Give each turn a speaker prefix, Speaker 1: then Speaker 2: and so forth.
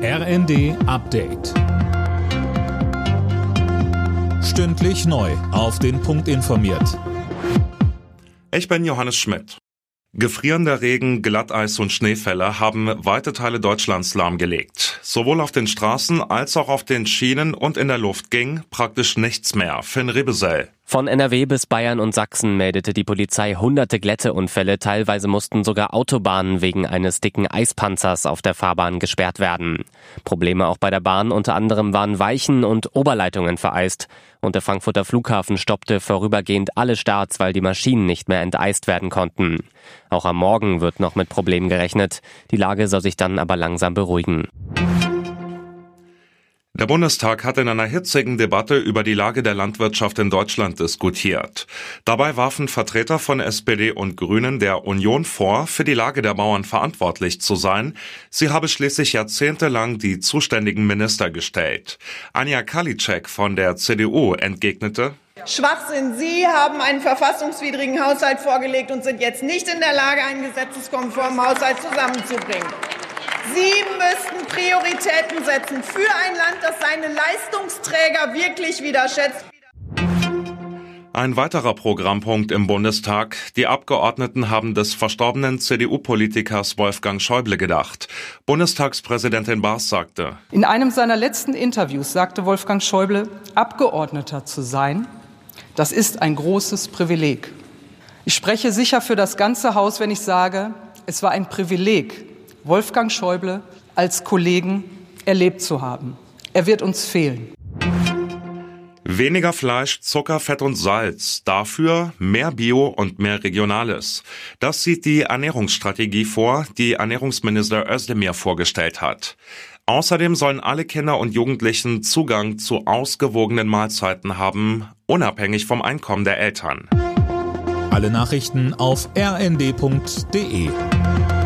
Speaker 1: RND Update. Stündlich neu auf den Punkt informiert.
Speaker 2: Ich bin Johannes Schmidt. Gefrierender Regen, Glatteis und Schneefälle haben weite Teile Deutschlands lahmgelegt. Sowohl auf den Straßen als auch auf den Schienen und in der Luft ging praktisch nichts mehr. Finn Rebesell.
Speaker 3: Von NRW bis Bayern und Sachsen meldete die Polizei hunderte Glätteunfälle. Teilweise mussten sogar Autobahnen wegen eines dicken Eispanzers auf der Fahrbahn gesperrt werden. Probleme auch bei der Bahn. Unter anderem waren Weichen und Oberleitungen vereist. Und der Frankfurter Flughafen stoppte vorübergehend alle Starts, weil die Maschinen nicht mehr enteist werden konnten. Auch am Morgen wird noch mit Problemen gerechnet. Die Lage soll sich dann aber langsam beruhigen.
Speaker 2: Der Bundestag hat in einer hitzigen Debatte über die Lage der Landwirtschaft in Deutschland diskutiert. Dabei warfen Vertreter von SPD und Grünen der Union vor, für die Lage der Bauern verantwortlich zu sein. Sie habe schließlich jahrzehntelang die zuständigen Minister gestellt. Anja Karliczek von der CDU entgegnete:
Speaker 4: Schwachsinn. Sie haben einen verfassungswidrigen Haushalt vorgelegt und sind jetzt nicht in der Lage, einen gesetzeskonformen Haushalt zusammenzubringen. Sie müssen Prioritäten setzen für ein Land, das seine Leistungsträger wirklich wieder schätzt.
Speaker 2: Ein weiterer Programmpunkt im Bundestag. Die Abgeordneten haben des verstorbenen CDU-Politikers Wolfgang Schäuble gedacht. Bundestagspräsidentin Baas sagte:
Speaker 5: In einem seiner letzten Interviews sagte Wolfgang Schäuble, Abgeordneter zu sein, das ist ein großes Privileg. Ich spreche sicher für das ganze Haus, wenn ich sage, es war ein Privileg, Wolfgang Schäuble als Kollegen erlebt zu haben. Er wird uns fehlen.
Speaker 2: Weniger Fleisch, Zucker, Fett und Salz. Dafür mehr Bio und mehr Regionales. Das sieht die Ernährungsstrategie vor, die Ernährungsminister Özdemir vorgestellt hat. Außerdem sollen alle Kinder und Jugendlichen Zugang zu ausgewogenen Mahlzeiten haben, unabhängig vom Einkommen der Eltern.
Speaker 1: Alle Nachrichten auf rnd.de.